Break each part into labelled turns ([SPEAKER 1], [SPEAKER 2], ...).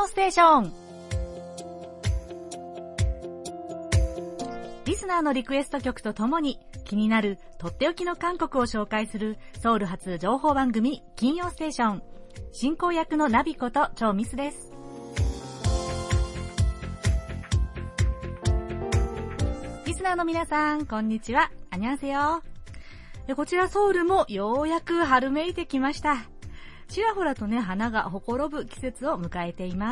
[SPEAKER 1] ステーション。リスナーのリクエスト曲とともに気になるとっておきの韓国を紹介するソウル発情報番組金曜ステーション。進行役のナビことチョウミスです。リスナーの皆さん、こんにちは。アニョンセヨ。こちらソウルもようやく春めいてきました。ちらほらとね、花がほころぶ季節を迎えています。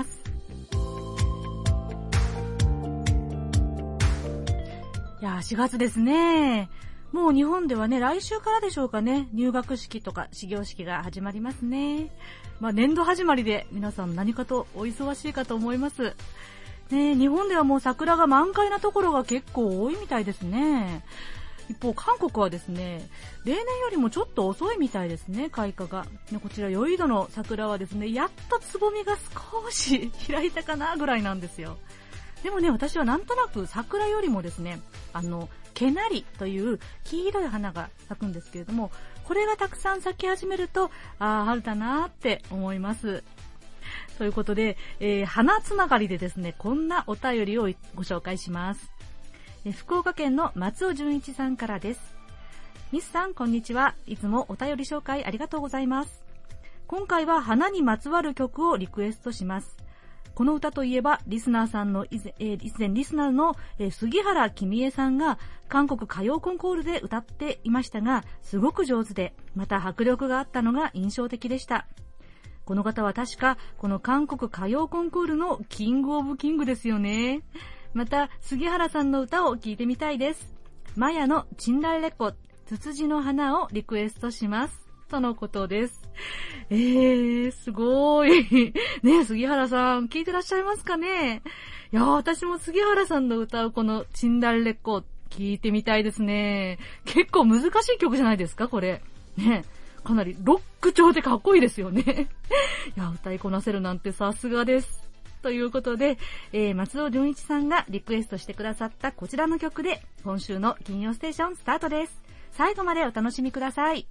[SPEAKER 1] いやー、4月ですね。もう日本ではね、来週からでしょうかね、入学式とか始業式が始まりますね。年度始まりで皆さん何かとお忙しいかと思います。ね、日本ではもう桜が満開なところが結構多いみたいですね。一方、韓国はですね、例年よりもちょっと遅いみたいですね、開花が。こちら、ヨイドの桜はですね、やっとつぼみが少し開いたかなぐらいなんですよ。でもね、私はなんとなく桜よりもですね、ケナリという黄色い花が咲くんですけれども、これがたくさん咲き始めると、春だなーって思います。ということで、花つながりでですね、こんなお便りをご紹介します。福岡県の松尾純一さんからです。ミスさん、こんにちは。いつもお便り紹介ありがとうございます。今回は花にまつわる曲をリクエストします。この歌といえば、リスナーさんの以前リスナーの杉原君江さんが韓国歌謡コンクールで歌っていましたが、すごく上手で、また迫力があったのが印象的でした。この方は確か、この韓国歌謡コンクールのキングオブキングですよね。また、杉原さんの歌を聴いてみたいです。マヤのチンラレコ、ツツジの花をリクエストします。とのことです。すごい。ね、杉原さん、聞いてらっしゃいますかね。いや、私も杉原さんの歌うこのチンラレコ、聞いてみたいですね。結構難しい曲じゃないですか、これ。ね。かなりロック調でかっこいいですよね。いや、歌いこなせるなんてさすがです。ということで、松尾純一さんがリクエストしてくださったこちらの曲で今週の金曜ステーションスタートです。最後までお楽しみください。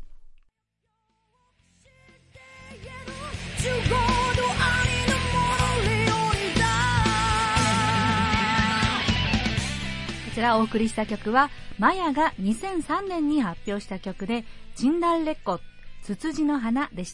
[SPEAKER 1] こちらお送りした曲はマヤが2003年に発表した曲でチンダルレッコ、ツツジの花でした。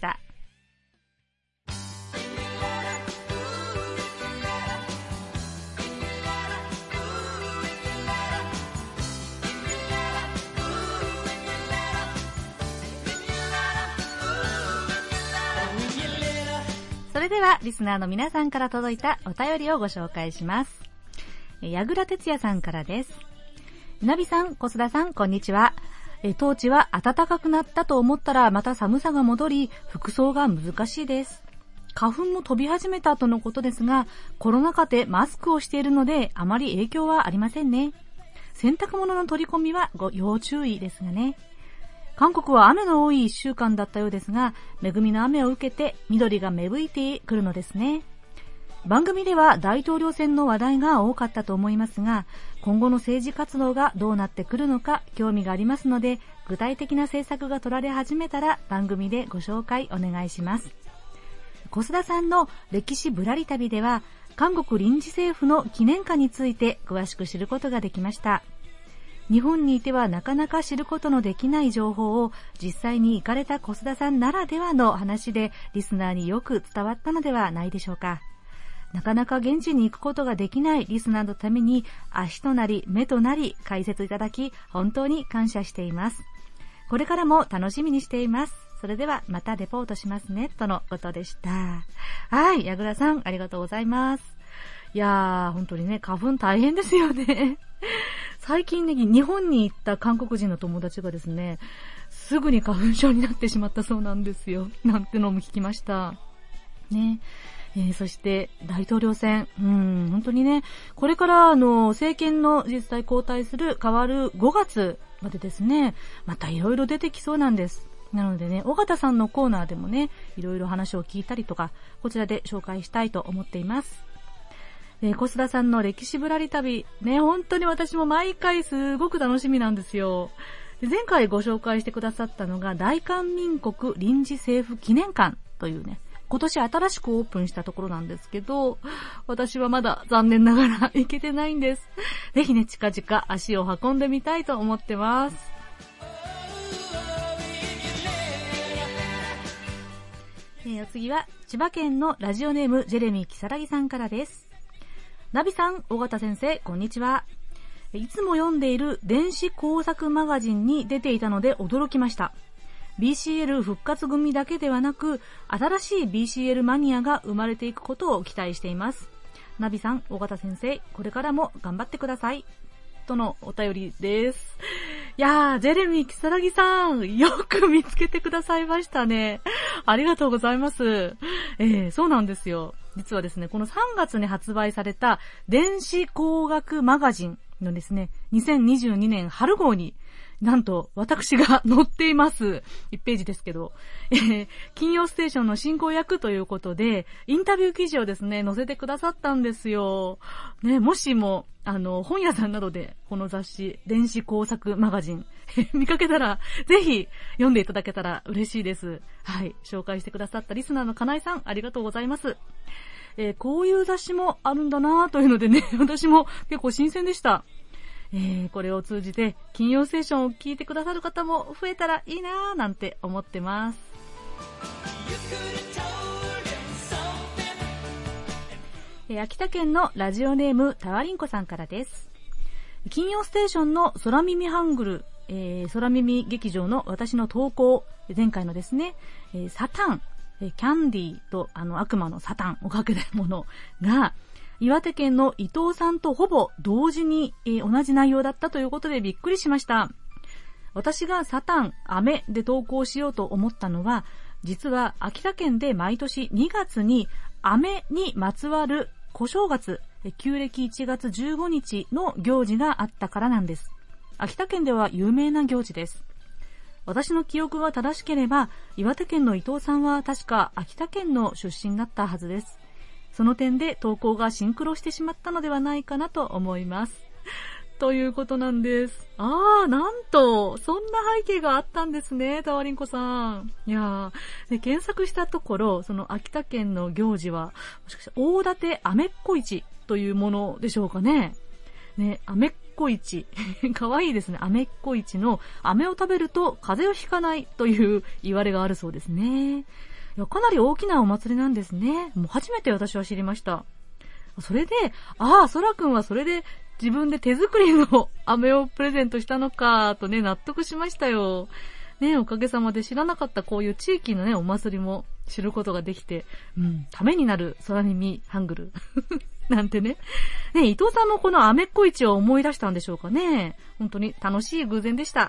[SPEAKER 1] それではリスナーの皆さんから届いたお便りをご紹介します。矢倉哲也さんからです。なびさん、小須田さん、こんにちは。当地は暖かくなったと思ったらまた寒さが戻り、服装が難しいです。花粉も飛び始めたとのことですが、コロナ禍でマスクをしているのであまり影響はありませんね。洗濯物の取り込みは要注意ですがね。韓国は雨の多い1週間だったようですが、恵みの雨を受けて緑が芽吹いてくるのですね。番組では大統領選の話題が多かったと思いますが、今後の政治活動がどうなってくるのか興味がありますので、具体的な政策が取られ始めたら番組でご紹介お願いします。小須田さんの歴史ぶらり旅では、韓国臨時政府の記念館について詳しく知ることができました。日本にいてはなかなか知ることのできない情報を実際に行かれた小須田さんならではの話でリスナーによく伝わったのではないでしょうか。なかなか現地に行くことができないリスナーのために足となり目となり解説いただき本当に感謝しています。これからも楽しみにしています。それではまたレポートしますねとのことでした。はい、矢倉さんありがとうございます。いやー本当にね、花粉大変ですよね。最近ね、日本に行った韓国人の友達がですね、すぐに花粉症になってしまったそうなんですよ。なんてのも聞きましたね。そして大統領選、本当にね、これから政権の実際交代する変わる5月までですね、またいろいろ出てきそうなんです。なのでね、尾形さんのコーナーでもね、いろいろ話を聞いたりとか、こちらで紹介したいと思っています。小須田さんの歴史ぶらり旅、ね、本当に私も毎回すごく楽しみなんですよ。前回ご紹介してくださったのが大韓民国臨時政府記念館というね、 今年新しくオープンしたところなんですけど、私はまだ残念ながら行けてないんです。ぜひね、近々足を運んでみたいと思ってます。お次は千葉県のラジオネームジェレミー・キサラギさんからです。ナビさん、尾形先生、こんにちは。いつも読んでいる電子工作マガジンに出ていたので驚きました。BCL 復活組だけではなく、新しい BCL マニアが生まれていくことを期待しています。ナビさん、尾形先生、これからも頑張ってください。とのお便りです。いやー、ジェレミー・キサラギさん、よく見つけてくださいましたね。ありがとうございます。そうなんですよ。実はですね、この3月に発売された電子工学マガジンのですね、2022年春号に、なんと私が載っています。1ページですけど、金曜ステーションの進行役ということで、インタビュー記事をですね、載せてくださったんですよ。ね、もしも、本屋さんなどで、この雑誌、電子工作マガジン、見かけたら、ぜひ、読んでいただけたら嬉しいです。はい、紹介してくださったリスナーのかなえさん、ありがとうございます。こういう雑誌もあるんだなというのでね、私も結構新鮮でした。これを通じて金曜ステーションを聞いてくださる方も増えたらいいなーなんて思ってます。秋田県のラジオネームタワリンコさんからです。金曜ステーションの空耳ハングル、空耳劇場の私の投稿、前回のですね、サタン、キャンディーと悪魔のサタンをかけたものが岩手県の伊藤さんとほぼ同時に、同じ内容だったということでびっくりしました。私がサタン、飴で投稿しようと思ったのは、実は秋田県で毎年2月に飴にまつわる小正月、旧暦1月15日の行事があったからなんです。秋田県では有名な行事です。私の記憶が正しければ、岩手県の伊藤さんは確か秋田県の出身だったはずです。その点で投稿がシンクロしてしまったのではないかなと思います。ということなんです。なんと、そんな背景があったんですね、タワリンコさん。いやー、検索したところ、その秋田県の行事は、もしかして大館アメッコ市というものでしょうかね。ね、アメッコ市。かわいいですね。アメッコ市の飴を食べると風邪をひかないという言われがあるそうですね。いや、かなり大きなお祭りなんですね。もう初めて私は知りました。それで、そらくんはそれで自分で手作りの飴をプレゼントしたのかとね、納得しましたよ。ね、おかげさまで知らなかったこういう地域のね、お祭りも知ることができて、ためになる空耳ハングル。なんてね。ね、伊藤さんもこのアメッコ市を思い出したんでしょうかね。本当に楽しい偶然でした。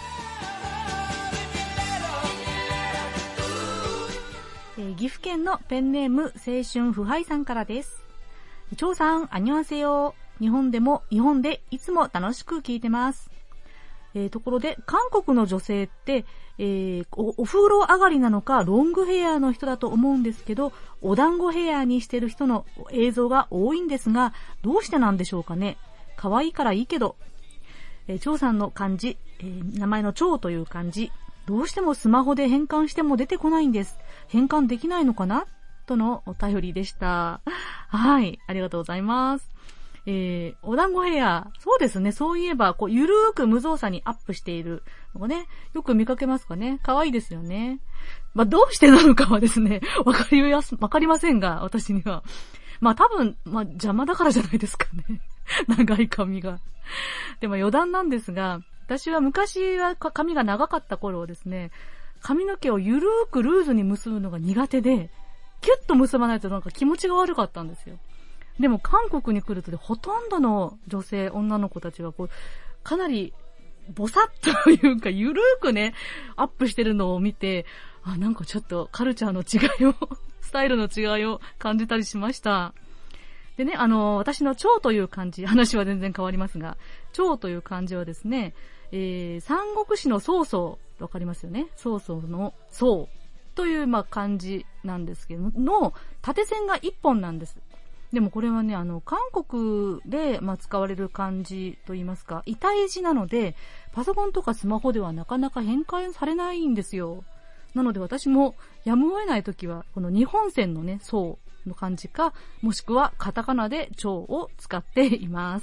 [SPEAKER 1] 岐阜県のペンネーム青春腐敗さんからです。張さん、アニョンセヨ。日本でいつも楽しく聞いてます。ところで、韓国の女性って、お風呂上がりなのかロングヘアの人だと思うんですけど、お団子ヘアにしてる人の映像が多いんですが、どうしてなんでしょうかね。可愛いからいいけど。張さんの漢字、名前の張という漢字、どうしてもスマホで変換しても出てこないんです。変換できないのかなとのお便りでした。はい、ありがとうございます。お団子ヘア、そうですね、そういえば、ゆるーく無造作にアップしているのがね、よく見かけますかね。可愛いですよね。どうしてなのかはですね、わかりませんが、私には。多分、邪魔だからじゃないですかね。長い髪が。でも余談なんですが、私は昔は髪が長かった頃ですね、髪の毛をゆるーくルーズに結ぶのが苦手で、キュッと結ばないとなんか気持ちが悪かったんですよ。でも韓国に来るとほとんどの女性、女の子たちがかなりボサッというかゆるーくね、アップしてるのを見て、なんかちょっとカルチャーの違いを、スタイルの違いを感じたりしました。でね、私の蝶という漢字、話は全然変わりますが、蝶という漢字はですね、三国志の曹操、わかりますよね。曹操の曹という漢字なんですけどの縦線が一本なんです。でもこれはね、韓国で使われる漢字といいますか、異体字なので、パソコンとかスマホではなかなか変換されないんですよ。 なので私もやむを得ないときは、この日本線のね、そうの漢字か、もしくはカタカナで超を使っています。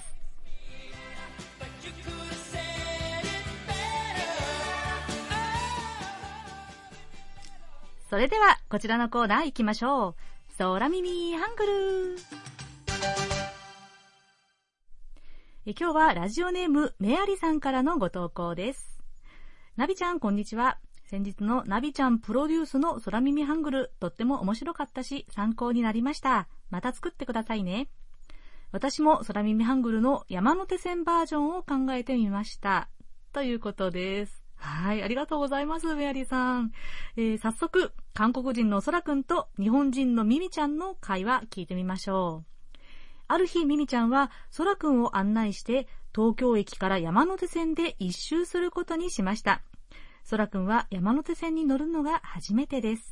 [SPEAKER 1] それではこちらのコーナー行きましょう。空耳ハングル。今日はラジオネームメアリさんからのご投稿です。ナビちゃんこんにちは。先日のナビちゃんプロデュースの空耳ハングル、とっても面白かったし参考になりました。また作ってくださいね。私も空耳ハングルの山手線バージョンを考えてみました。ということです。はい、ありがとうございます、メアリーさん。早速、韓国人のソラくんと日本人のミミちゃんの会話聞いてみましょう。ある日、ミミちゃんはソラくんを案内して東京駅から山手線で一周することにしました。ソラくんは山手線に乗るのが初めてです。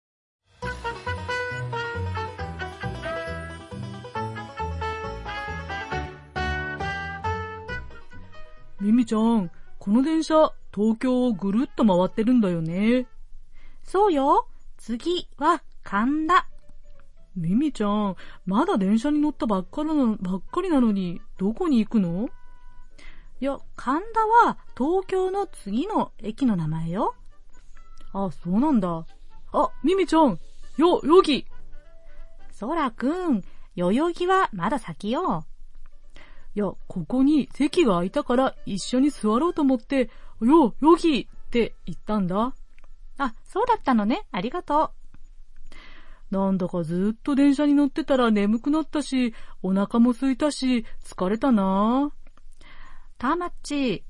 [SPEAKER 2] ミミちゃん、この電車、東京をぐるっと回ってるんだよね。
[SPEAKER 1] そうよ。次は神田。
[SPEAKER 2] ミミちゃん、まだ電車に乗ったばっかりなのに、どこに行くの？
[SPEAKER 1] いや、神田は東京の次の駅の名前よ。
[SPEAKER 2] あ、そうなんだ。あ、ミミちゃん、ヨギ。
[SPEAKER 1] ソラくん、代々木はまだ先よ。
[SPEAKER 2] いや、ここに席が空いたから一緒に座ろうと思って、ヨギって言ったんだ。
[SPEAKER 1] あ、そうだったのね。ありがと
[SPEAKER 2] う。なんだかずっと電車に乗ってたら眠くなったし、お腹も空いたし、疲れたな。
[SPEAKER 1] タマッチ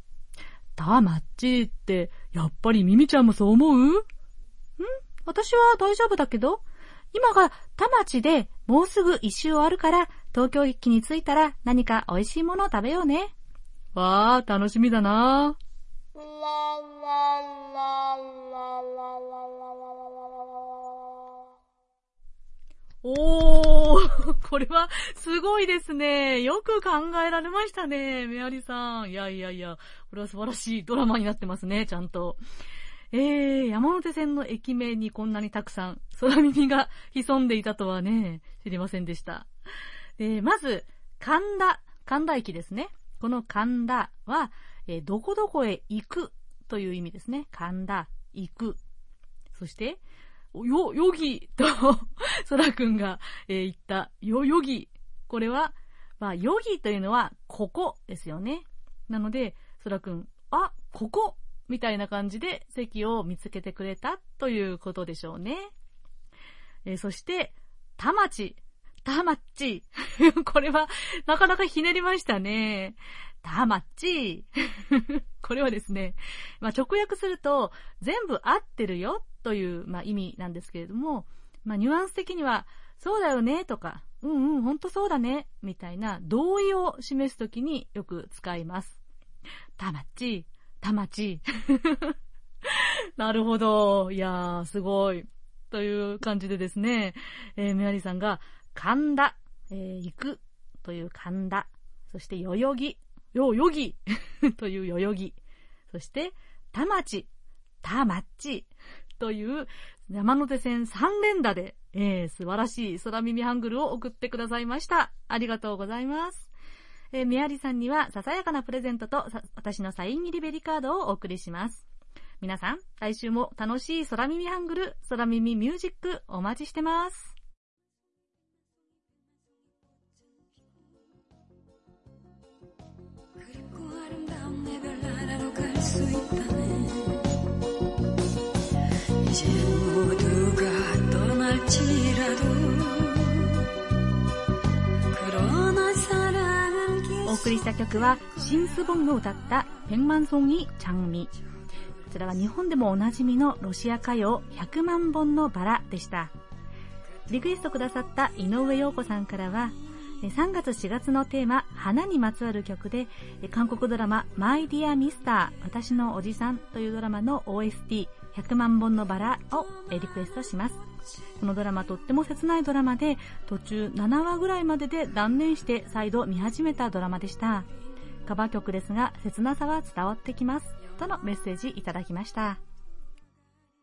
[SPEAKER 2] って、やっぱりミミちゃんもそう思う？
[SPEAKER 1] 私は大丈夫だけど、今が田町でもうすぐ一周終わるから、東京駅に着いたら何か美味しいものを食べようね。
[SPEAKER 2] わー、楽しみだな。おー、これはすごいですね。よく考えられましたね、メアリさん。いや、これは素晴らしいドラマになってますね、ちゃんと。山手線の駅名にこんなにたくさん空耳が潜んでいたとはね、知りませんでした。まず、神田駅ですね。この神田は、どこどこへ行くという意味ですね。神田、行く。そして、ヨギと、ソラくんが、言った、ヨギ。これは、ヨギというのは、ここですよね。なので、ソラくん、あ、ここみたいな感じで席を見つけてくれたということでしょうね。そして、田町。これは、なかなかひねりましたね。田町。これはですね、直訳すると、全部合ってるよという、意味なんですけれども、ニュアンス的には、そうだよねとか、ほんとそうだね、みたいな同意を示すときによく使います。田町。なるほど。いやー、すごい。という感じでですね、メアリーさんが、神田、行くという神田、そして代々木という代々木、そして田町という山手線3連打で、素晴らしい空耳ハングルを送ってくださいました。ありがとうございます。メアリさんにはささやかなプレゼントと私のサイン入りベリカードをお送りします。皆さん、来週も楽しい空耳ハングル、空耳ミュージックお待ちしてます。お送りした曲はシンスボンの歌った100万송이 장미。こちらは日本でもおなじみのロシア歌謡100万本のバラでした。リクエストくださった井上陽子さんからは、3月4月のテーマ花にまつわる曲で、韓国ドラママイディアミスター私のおじさんというドラマの OST100万本のバラをリクエストします。このドラマとっても切ないドラマで、途中7話ぐらいまでで断念して再度見始めたドラマでした。カバー曲ですが切なさは伝わってきますとのメッセージいただきました。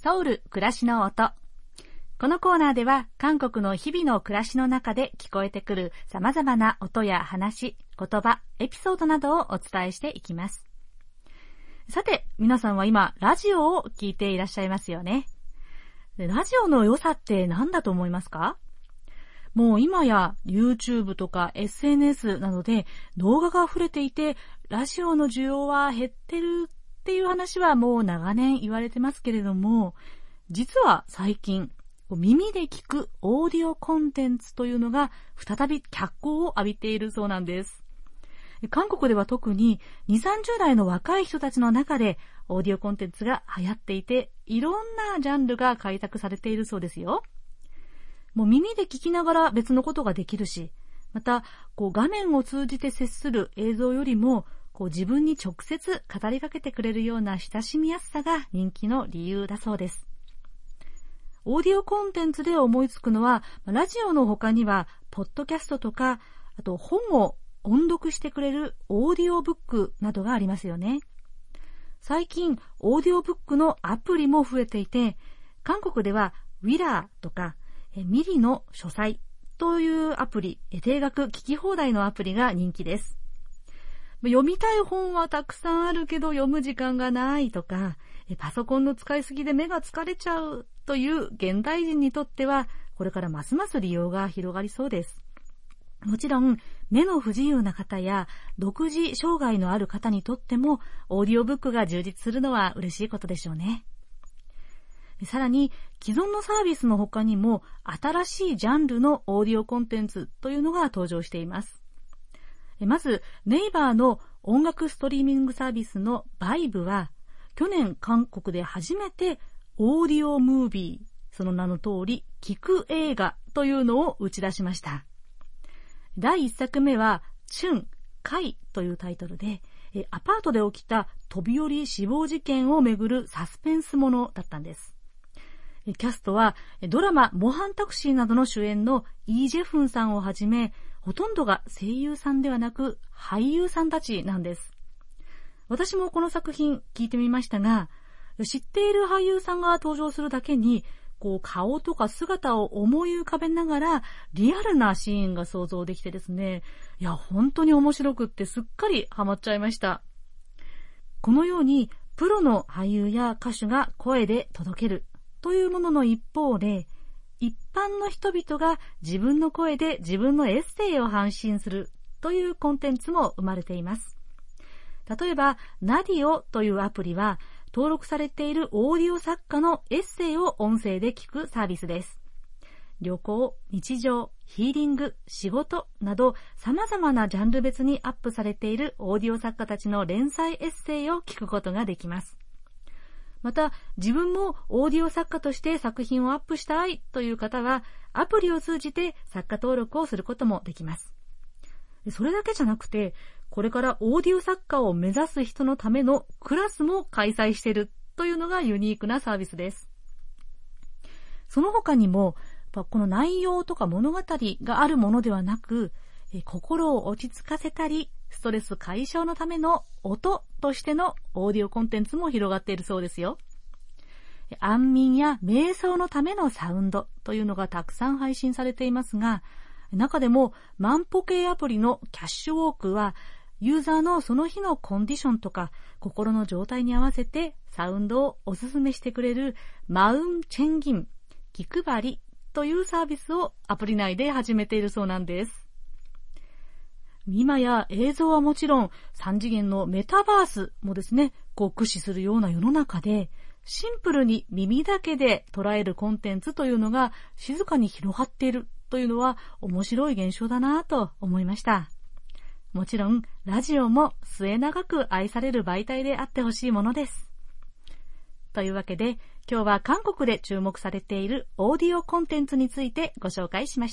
[SPEAKER 1] ソウル暮らしの音。このコーナーでは韓国の日々の暮らしの中で聞こえてくる様々な音や話、言葉、エピソードなどをお伝えしていきます。さて、皆さんは今ラジオを聞いていらっしゃいますよね。ラジオの良さって何だと思いますか？もう今や YouTube とか SNS などで動画が溢れていて、ラジオの需要は減ってるっていう話はもう長年言われてますけれども、実は最近耳で聞くオーディオコンテンツというのが再び脚光を浴びているそうなんです。韓国では特に20、30代の若い人たちの中でオーディオコンテンツが流行っていて、いろんなジャンルが開拓されているそうですよ。もう耳で聞きながら別のことができるし、また画面を通じて接する映像よりも自分に直接語りかけてくれるような親しみやすさが人気の理由だそうです。オーディオコンテンツで思いつくのは、ラジオの他にはポッドキャストとか、あと本を音読してくれるオーディオブックなどがありますよね。最近オーディオブックのアプリも増えていて、韓国ではウィラーとかミリの書斎というアプリ、定額聞き放題のアプリが人気です。読みたい本はたくさんあるけど読む時間がないとか、パソコンの使いすぎで目が疲れちゃうという現代人にとっては、これからますます利用が広がりそうです。もちろん目の不自由な方や独自障害のある方にとってもオーディオブックが充実するのは嬉しいことでしょうね。さらに既存のサービスの他にも新しいジャンルのオーディオコンテンツというのが登場しています。まずネイバーの音楽ストリーミングサービスのバイブは、去年韓国で初めてオーディオムービー、その名の通り聞く映画というのを打ち出しました。第1作目はチュン・カイというタイトルで、アパートで起きた飛び降り死亡事件をめぐるサスペンスものだったんです。キャストはドラマ模範タクシーなどの主演のイ・ジェフンさんをはじめ、ほとんどが声優さんではなく俳優さんたちなんです。私もこの作品聞いてみましたが、知っている俳優さんが登場するだけに、顔とか姿を思い浮かべながらリアルなシーンが想像できてですね、本当に面白くってすっかりハマっちゃいました。このようにプロの俳優や歌手が声で届けるというものの一方で、一般の人々が自分の声で自分のエッセイを発信するというコンテンツも生まれています。例えばナディオというアプリは、登録されているオーディオ作家のエッセイを音声で聞くサービスです。旅行、日常、ヒーリング、仕事など様々なジャンル別にアップされているオーディオ作家たちの連載エッセイを聞くことができます。また自分もオーディオ作家として作品をアップしたいという方は、アプリを通じて作家登録をすることもできます。それだけじゃなくて、これからオーディオ作家を目指す人のためのクラスも開催しているというのがユニークなサービスです。その他にも、この内容とか物語があるものではなく、心を落ち着かせたりストレス解消のための音としてのオーディオコンテンツも広がっているそうですよ。安眠や瞑想のためのサウンドというのがたくさん配信されていますが、中でも万歩計アプリのキャッシュウォークは、ユーザーのその日のコンディションとか心の状態に合わせてサウンドをおすすめしてくれるマウンチェンギン、気配りというサービスをアプリ内で始めているそうなんです。今や映像はもちろん3次元のメタバースもですね、駆使するような世の中で、シンプルに耳だけで捉えるコンテンツというのが静かに広がっているというのは面白い現象だなと思いました。もちろんラジオも末永く愛される媒体であってほしいものです。というわけで今日は韓国で注目されているオーディオコンテンツについてご紹介しました。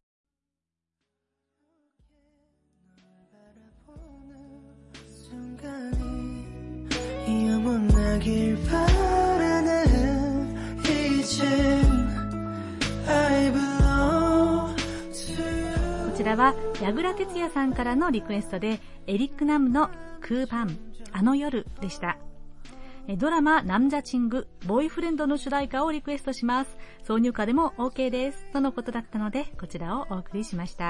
[SPEAKER 1] こちらは矢倉哲也さんからのリクエストで、エリック・ナムのクーバン、あの夜でした。 ドラマナムジャチングボーイフレンドの主題歌をリクエストします。挿入歌でも OK ですとのことだったので、こちらをお送りしました。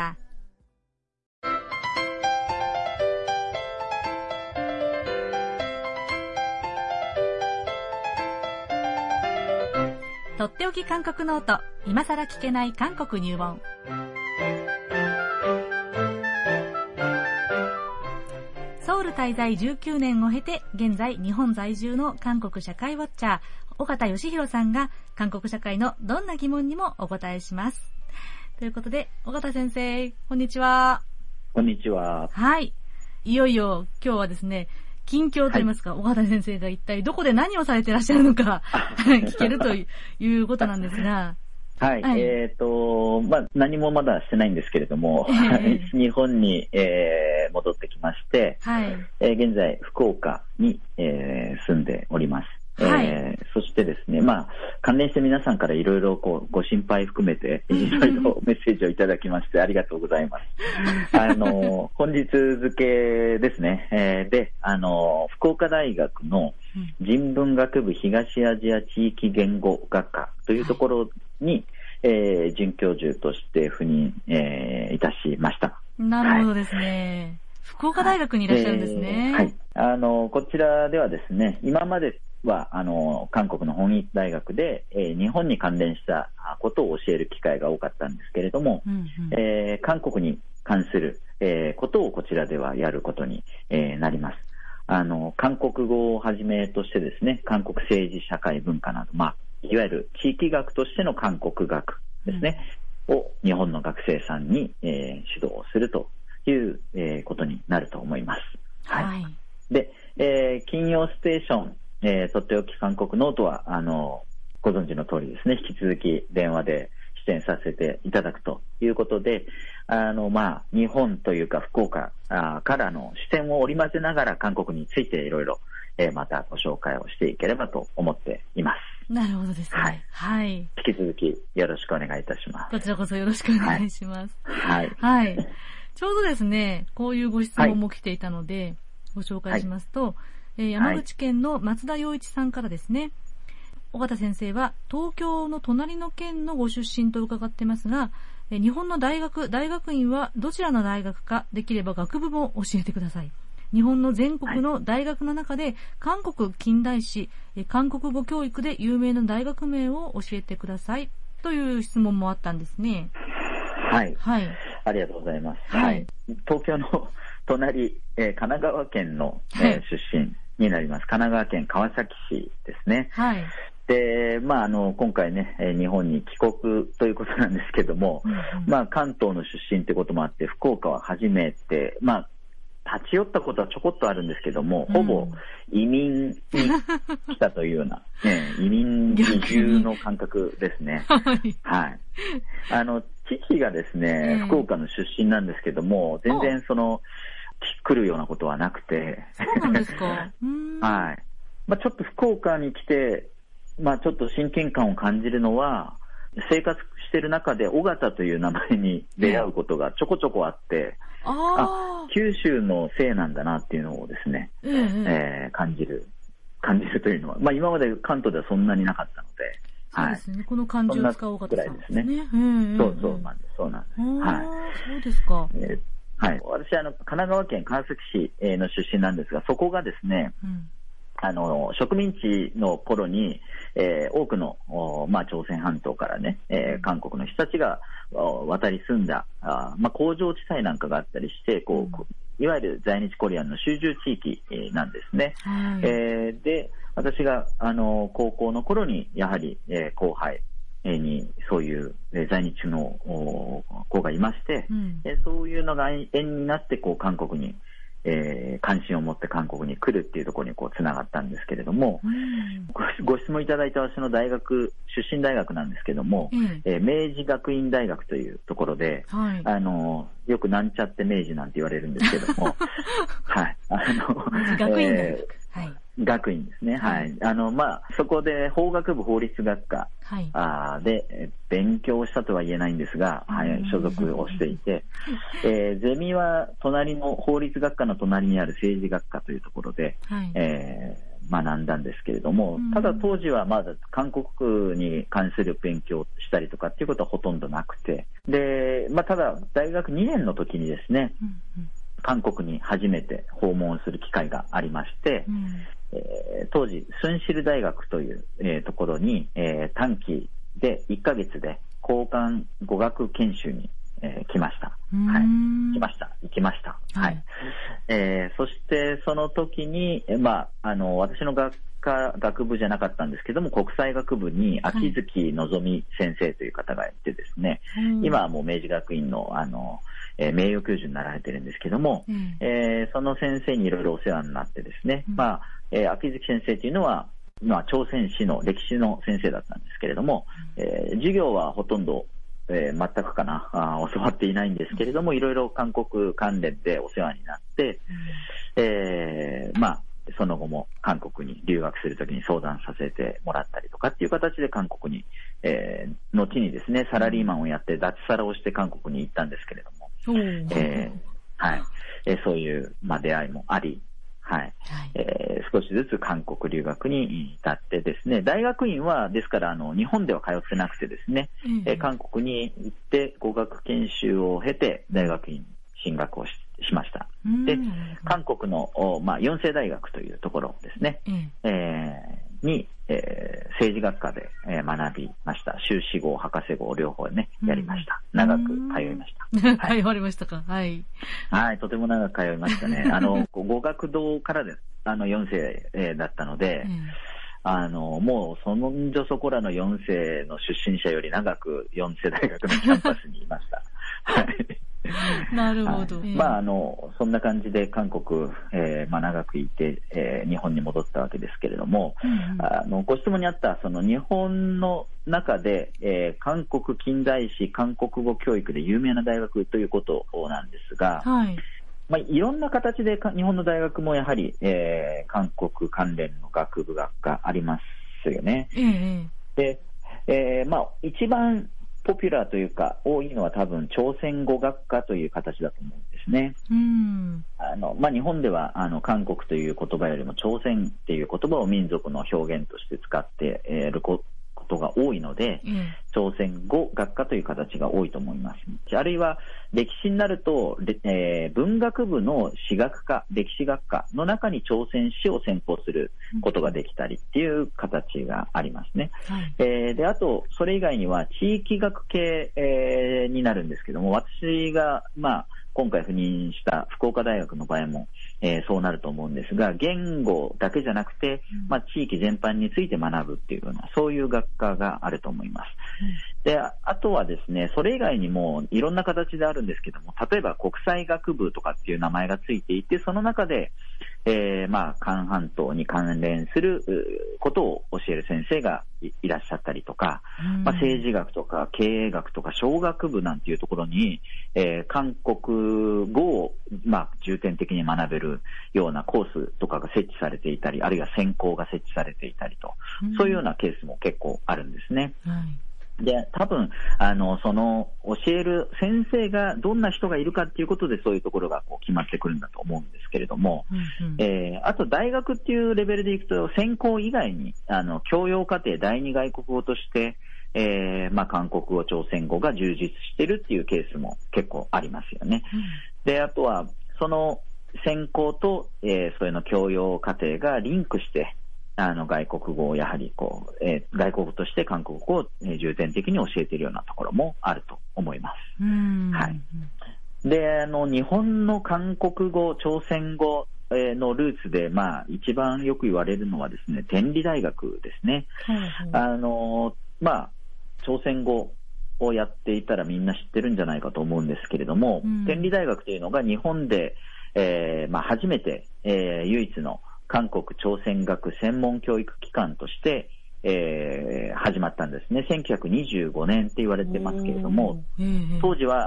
[SPEAKER 1] とっておき韓国ノート、今さら聞けない韓国入門。ソウル滞在19年を経て、現在日本在住の韓国社会ウォッチャー、尾形義弘さんが韓国社会のどんな疑問にもお答えします。ということで、尾形先生、こんにちは。
[SPEAKER 3] こんにちは。
[SPEAKER 1] はい。いよいよ今日はですね、近況といいますか、尾形先生が一体どこで何をされてらっしゃるのか聞けるということなんですが。
[SPEAKER 3] はい。はい、何もまだしてないんですけれども、日本に、戻ってきまして、はい。現在、福岡に、住んでおります。はい。そしてですね、関連して皆さんからいろいろご心配含めて、いろいろメッセージをいただきましてありがとうございます。本日付ですね、で、福岡大学の人文学部東アジア地域言語学科というところに、准教授として赴任、いたしました。
[SPEAKER 1] なるほどですね。はい、福岡大学にいらっしゃるんですね。
[SPEAKER 3] はい。こちらではですね、今までは、韓国の本一大学で、日本に関連したことを教える機会が多かったんですけれども、韓国に関する、ことをこちらではやることに、なります。韓国語をはじめとしてですね、韓国政治社会文化など、いわゆる地域学としての韓国学ですね、を日本の学生さんに、指導するという、ことになると思います。はい。で、金曜ステーション、とっておき韓国ノートは、ご存知の通りですね、引き続き電話で出演させていただくということで、日本というか福岡からの視点を織り交ぜながら韓国についていろいろ、またご紹介をしていければと思っています。
[SPEAKER 1] なるほどですね。はい。はい。
[SPEAKER 3] 引き続きよろしくお願いいたします。
[SPEAKER 1] こちらこそよろしくお願いします。
[SPEAKER 3] はい。
[SPEAKER 1] はい。ちょうどですね、こういうご質問も来ていたので、ご紹介しますと、山口県の松田洋一さんからですね、尾形先生は東京の隣の県のご出身と伺ってますが、日本の大学院はどちらの大学か、できれば学部も教えてください。日本の全国の大学の中で、韓国近代史、韓国語教育で有名な大学名を教えてくださいという質問もあったんですね。
[SPEAKER 3] はい。はい。ありがとうございます。はい。東京の隣、神奈川県の、出身になります。神奈川県川崎市ですね。はい。で、今回ね、日本に帰国ということなんですけども、関東の出身ってこともあって、福岡は初めて、立ち寄ったことはちょこっとあるんですけども、ほぼ移民に来たというような、移民移住の感覚ですね。はい。父がですね、福岡の出身なんですけども、全然来るようなことはなくて。
[SPEAKER 1] そうなんですか。
[SPEAKER 3] はい。ちょっと福岡に来て、ちょっと親近感を感じるのは、生活してる中で尾形という名前に出会うことがちょこちょこあって、九州のせいなんだなっていうのをですね、感じるというのは、今まで関東ではそんなになかったので、
[SPEAKER 1] そうですね。この漢字を使う尾形さんですね。
[SPEAKER 3] そうなんです。そう
[SPEAKER 1] ですか。
[SPEAKER 3] はい。私は神奈川県川崎市の出身なんですが、そこがですね、植民地の頃に、多くの、朝鮮半島からね、韓国の人たちが渡り住んだ、工場地帯なんかがあったりして、いわゆる在日コリアンの集中地域なんですね。で、私が、高校の頃に、やはり、後輩にそういう在日の子がいまして、そういうのが縁になって、韓国に、関心を持って韓国に来るっていうところにつながったんですけれども、ご質問いただいた私の大学、出身大学なんですけども、明治学院大学というところで、よくなんちゃって明治なんて言われるんですけども、はい。
[SPEAKER 1] 学院大学。
[SPEAKER 3] 学院ですね。はい。そこで法学部法律学科、で勉強したとは言えないんですが、所属をしていて、ゼミは隣の法律学科の隣にある政治学科というところで、学んだんですけれども、ただ当時はまだ韓国に関する勉強をしたりとかっていうことはほとんどなくて、で、ただ大学2年の時にですね、韓国に初めて訪問する機会がありまして、当時スンシル大学という、ところに、短期で1ヶ月で交換語学研修に、来ました。行きました。そしてその時に、私の学部じゃなかったんですけども、国際学部に秋月のぞみ先生という方がいてですね、今はもう明治学院の名誉教授になられてるんですけども、その先生にいろいろお世話になってですね、秋月先生というのは、朝鮮史の歴史の先生だったんですけれども、授業はほとんど全く教わっていないんですけれども、いろいろ韓国関連でお世話になって、その後も韓国に留学するときに相談させてもらったりとかっていう形で韓国に、後にですね、サラリーマンをやって脱サラをして韓国に行ったんですけれども、そういう、出会いもあり、少しずつ韓国留学に至ってですね、大学院はですから日本では通ってなくてですね、韓国に行って語学研修を経て大学院進学をしました。で、韓国の、四世大学というところですね、に、政治学科で、学びました。修士号、博士号両方ね、やりました。長く通いました。
[SPEAKER 2] 通われましたか。はい。
[SPEAKER 3] はい、とても長く通いましたね。語学堂からで、4世、だったので、もうそこらの4世の出身者より長く4世大学のキャンパスにいました。はい。
[SPEAKER 2] なるほど。
[SPEAKER 3] そんな感じで韓国、長くいて、日本に戻ったわけですけれども、ご質問にあったその日本の中で、韓国近代史、韓国語教育で有名な大学ということなんですが、いろんな形で日本の大学もやはり、韓国関連の学部学科ありますよね。で、一番ポピュラーというか多いのは多分朝鮮語学科という形だと思うんですね。日本では韓国という言葉よりも朝鮮っていう言葉を民族の表現として使っていることが多いので、朝鮮語学科という形が多いと思います。あるいは歴史になると、文学部の史学科、歴史学科の中に朝鮮史を専攻することができたりっていう形がありますね。で、あとそれ以外には地域学系、になるんですけども、私が今回赴任した福岡大学の場合も、そうなると思うんですが、言語だけじゃなくて、地域全般について学ぶっていうような、そういう学科があると思います。で、あとはですね、それ以外にもいろんな形であるんですけども、例えば国際学部とかっていう名前がついていて、その中で、韓半島に関連することを教える先生がいらっしゃったりとか、政治学とか経営学とか商学部なんていうところに、韓国語を重点的に学べるようなコースとかが設置されていたり、あるいは専攻が設置されていたりと、そういうようなケースも結構あるんですね。で、多分その教える先生がどんな人がいるかっていうことで、そういうところが決まってくるんだと思うんですけれども、あと大学っていうレベルでいくと、専攻以外に教養課程第二外国語として、韓国語、朝鮮語が充実しているっていうケースも結構ありますよね。で、あとはその専攻と、それの教養課程がリンクして、外国語をやはり外国語として韓国語を重点的に教えているようなところもあると思います。で、日本の韓国語、朝鮮語のルーツで、一番よく言われるのはですね、天理大学ですね。朝鮮語をやっていたらみんな知ってるんじゃないかと思うんですけれども、天理大学というのが日本で、初めて、唯一の韓国朝鮮学専門教育機関として、始まったんですね。1925年って言われてますけれども、当時は、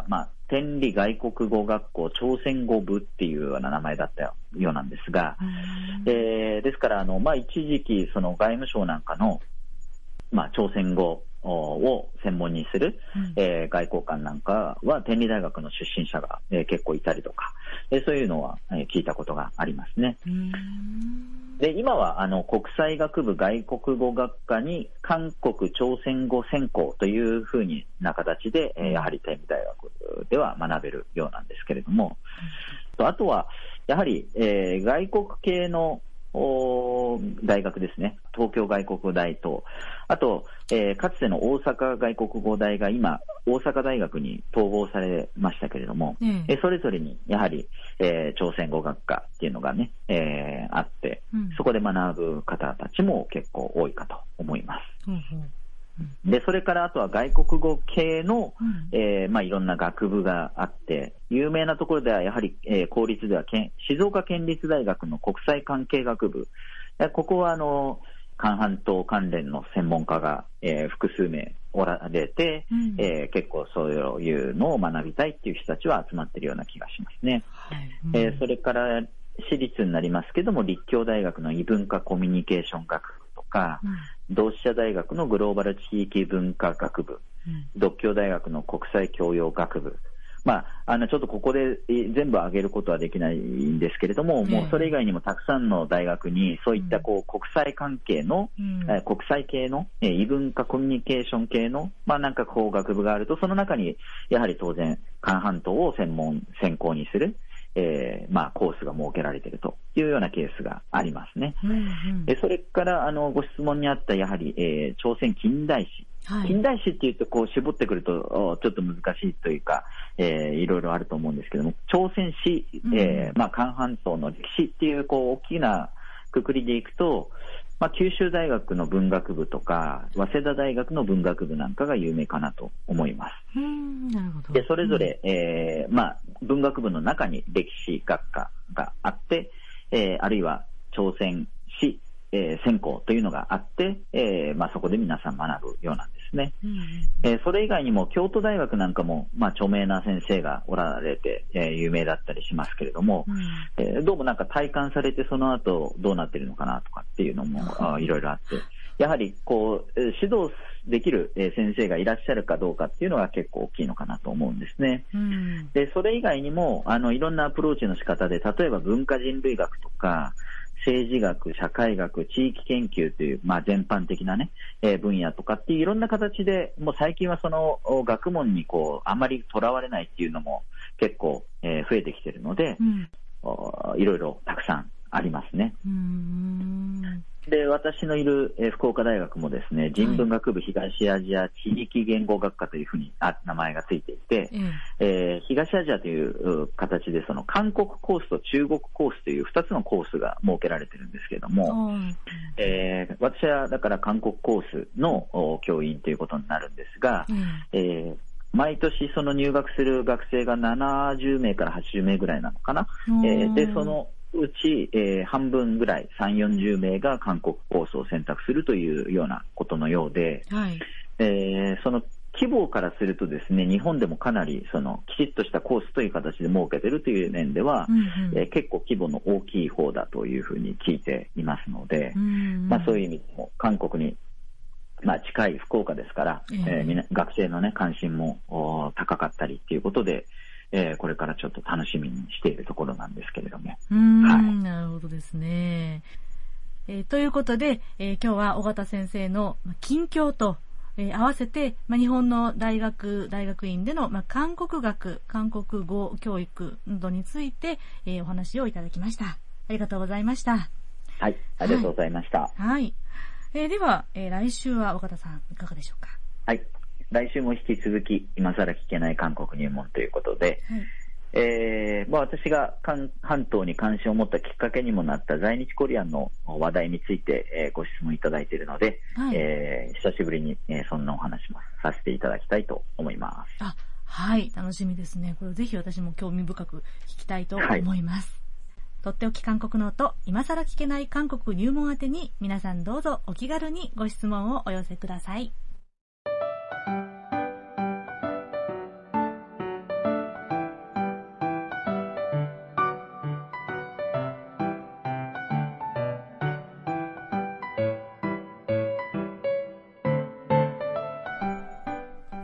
[SPEAKER 3] 天理外国語学校朝鮮語部っていうような名前だったようなんですが、ですから一時期その外務省なんかの、朝鮮語を専門にする、外交官なんかは天理大学の出身者が、結構いたりとか、そういうのは、聞いたことがありますね。で、今は国際学部外国語学科に韓国朝鮮語専攻というふうな形で、やはり天理大学では学べるようなんですけれども、あとはやはり、外国系の大学ですね。東京外国語大と、あと、かつての大阪外国語大が今、大阪大学に統合されましたけれども、それぞれにやはり、朝鮮語学科っていうのがね、あって、そこで学ぶ方たちも結構多いかと思います。で、それからあとは外国語系の、いろんな学部があって、有名なところではやはり、公立では静岡県立大学の国際関係学部。ここは韓半島関連の専門家が、複数名おられて、結構そういうのを学びたいっていう人たちは集まっているような気がしますね。それから私立になりますけども、立教大学の異文化コミュニケーション学部とか、同志社大学のグローバル地域文化学部、獨協大学の国際教養学部、ちょっとここで全部挙げることはできないんですけれども、もうそれ以外にもたくさんの大学にそういった国際関係の、国際系の異文化コミュニケーション系の学部があると、その中にやはり当然韓半島を専攻にするコースが設けられているというようなケースがありますね。それからご質問にあったやはり、朝鮮近代史。近代史っていうと絞ってくるとちょっと難しいというか、いろいろあると思うんですけども、朝鮮史、韓半島の歴史っていう大きなくくりでいくと、九州大学の文学部とか早稲田大学の文学部なんかが有名かなと思います。
[SPEAKER 2] なるほど。
[SPEAKER 3] で、それぞれ、文学部の中に歴史学科があって、あるいは朝鮮史、専攻というのがあって、そこで皆さん学ぶようなんですね。それ以外にも京都大学なんかも、著名な先生がおられて、有名だったりしますけれども、どうも体感されてその後どうなっているのかなとかっていうのもいろいろあって、やはり指導できる先生がいらっしゃるかどうかっていうのが結構大きいのかなと思うんですね。で、それ以外にもいろんなアプローチの仕方で、例えば文化人類学とか政治学、社会学、地域研究という、全般的なね、分野とかっていういろんな形で、もう最近はその学問にあまりとらわれないっていうのも結構、増えてきているので、いろいろたくさんありますね。で、私のいる福岡大学もですね、人文学部東アジア地域言語学科というふうに名前がついていて、東アジアという形でその韓国コースと中国コースという2つのコースが設けられているんですけれども、私はだから韓国コースの教員ということになるんですが、毎年その入学する学生が70名から80名ぐらいなのかな。で、そのうち、半分ぐらい3、40名が韓国コースを選択するというようなことのようで、その規模からするとですね、日本でもかなりきちっとしたコースという形で設けているという面では、結構規模の大きい方だというふうに聞いていますので、そういう意味でも韓国に近い福岡ですから、学生のね関心も高かったりということで、これからちょっと楽しみにしているところなんですけれども。
[SPEAKER 2] なるほどですね。ということで、今日は尾形先生の近況と、合わせて、日本の大学院での、韓国学、韓国語教育などについて、お話をいただきました。ありがとうございました。
[SPEAKER 3] はい、ありがとうございました。
[SPEAKER 2] では、来週は尾形さんいかがでしょうか。
[SPEAKER 3] はい。来週も引き続き今更聞けない韓国入門ということで、私が韓半島に関心を持ったきっかけにもなった在日コリアンの話題について、ご質問いただいているので、久しぶりに、そんなお話もさせていただきたいと思います。
[SPEAKER 2] 楽しみですね。これぜひ私も興味深く聞きたいと思います。とっておき韓国ノート、今更聞けない韓国入門宛てに皆さんどうぞお気軽にご質問をお寄せください。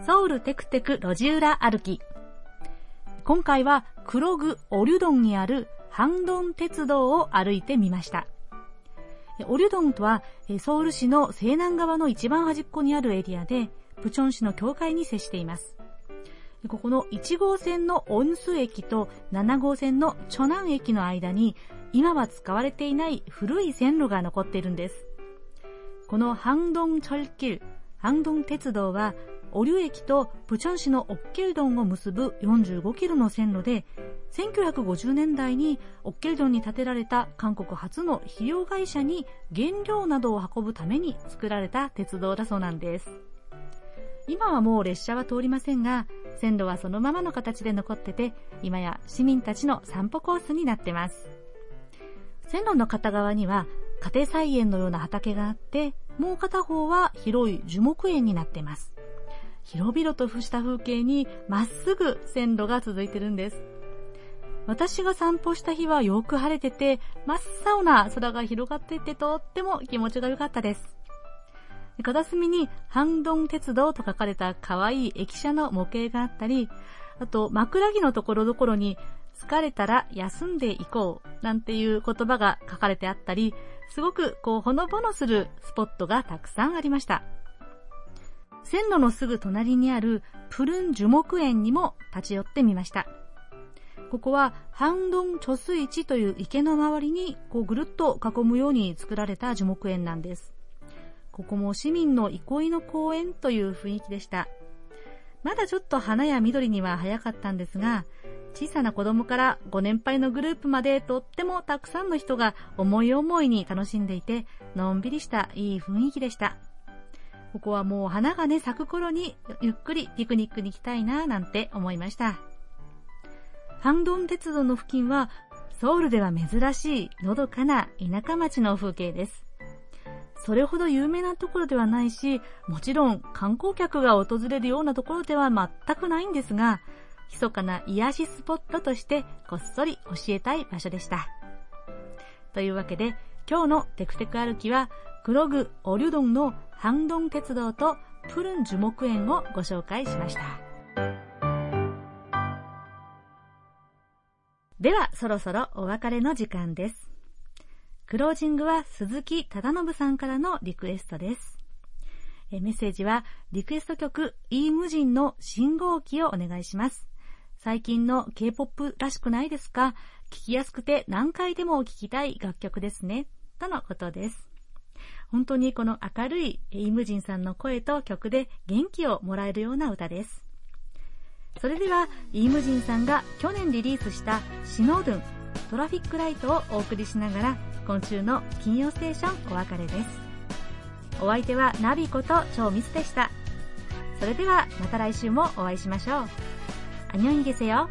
[SPEAKER 1] ソウルテクテク路地裏歩き。今回は黒具オリュドンにあるハンドン鉄道を歩いてみました。オリュドンとはソウル市の西南側の一番端っこにあるエリアで、プチョン市の境界に接しています。ここの1号線のオンス駅と7号線のチョナン駅の間に今は使われていない古い線路が残っているんです。このハンドンチョルキル、ハンドン鉄道はオリュ駅とプチョン市のオッケルドンを結ぶ45キロの線路で、1950年代にオッケルドンに建てられた韓国初の肥料会社に原料などを運ぶために作られた鉄道だそうなんです。今はもう列車は通りませんが、線路はそのままの形で残ってて、今や市民たちの散歩コースになってます。線路の片側には家庭菜園のような畑があって、もう片方は広い樹木園になっています。広々とした風景にまっすぐ線路が続いてるんです。私が散歩した日はよく晴れてて、真っ青な空が広がっていて、とっても気持ちが良かったです。片隅にハンドン鉄道と書かれた可愛い駅舎の模型があったり、あと枕木のところどころに疲れたら休んでいこうなんていう言葉が書かれてあったり、すごくほのぼのするスポットがたくさんありました。線路のすぐ隣にあるプルン樹木園にも立ち寄ってみました。ここはハンドン貯水池という池の周りにぐるっと囲むように作られた樹木園なんです。ここも市民の憩いの公園という雰囲気でした。まだちょっと花や緑には早かったんですが、小さな子供からご年配のグループまでとってもたくさんの人が思い思いに楽しんでいて、のんびりしたいい雰囲気でした。ここはもう花が咲く頃にゆっくりピクニックに行きたいななんて思いました。ハンドン鉄道の付近はソウルでは珍しいのどかな田舎町の風景です。それほど有名なところではないし、もちろん観光客が訪れるようなところでは全くないんですが、密かな癒しスポットとしてこっそり教えたい場所でした。というわけで、今日のテクテク歩きは黒具オリュドンのハンドン鉄道とプルン樹木園をご紹介しました。ではそろそろお別れの時間です。クロージングは鈴木忠信さんからのリクエストです。メッセージはリクエスト曲イームジンの信号機をお願いします。最近の K-POP らしくないですか？聴きやすくて何回でも聴きたい楽曲ですね。とのことです。本当にこの明るいイムジンさんの声と曲で元気をもらえるような歌です。それではイムジンさんが去年リリースしたシノドゥントラフィックライトをお送りしながら今週の金曜ステーションお別れです。お相手はナビこと超ミスでした。それではまた来週もお会いしましょう。안녕히 계세요。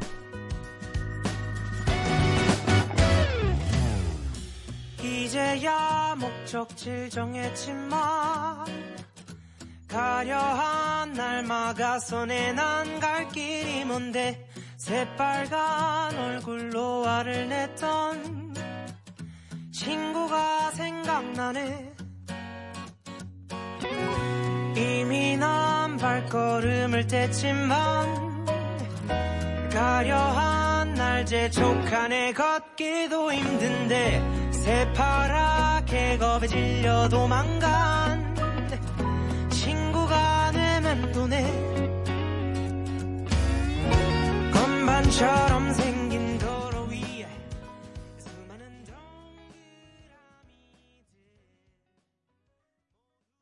[SPEAKER 4] 이제야 목적지를 정했지만 가려한 날 막아서 내 난 갈 길이 뭔데 새빨간 얼굴로 화를 냈던 친구가 생각나네. 이미 난 발걸음을 뗐지만 가려한 날 재촉하네. 걷기도 힘든데 새파랗게 겁에 질려 도망간 친구가 내 맴도네. 건반처럼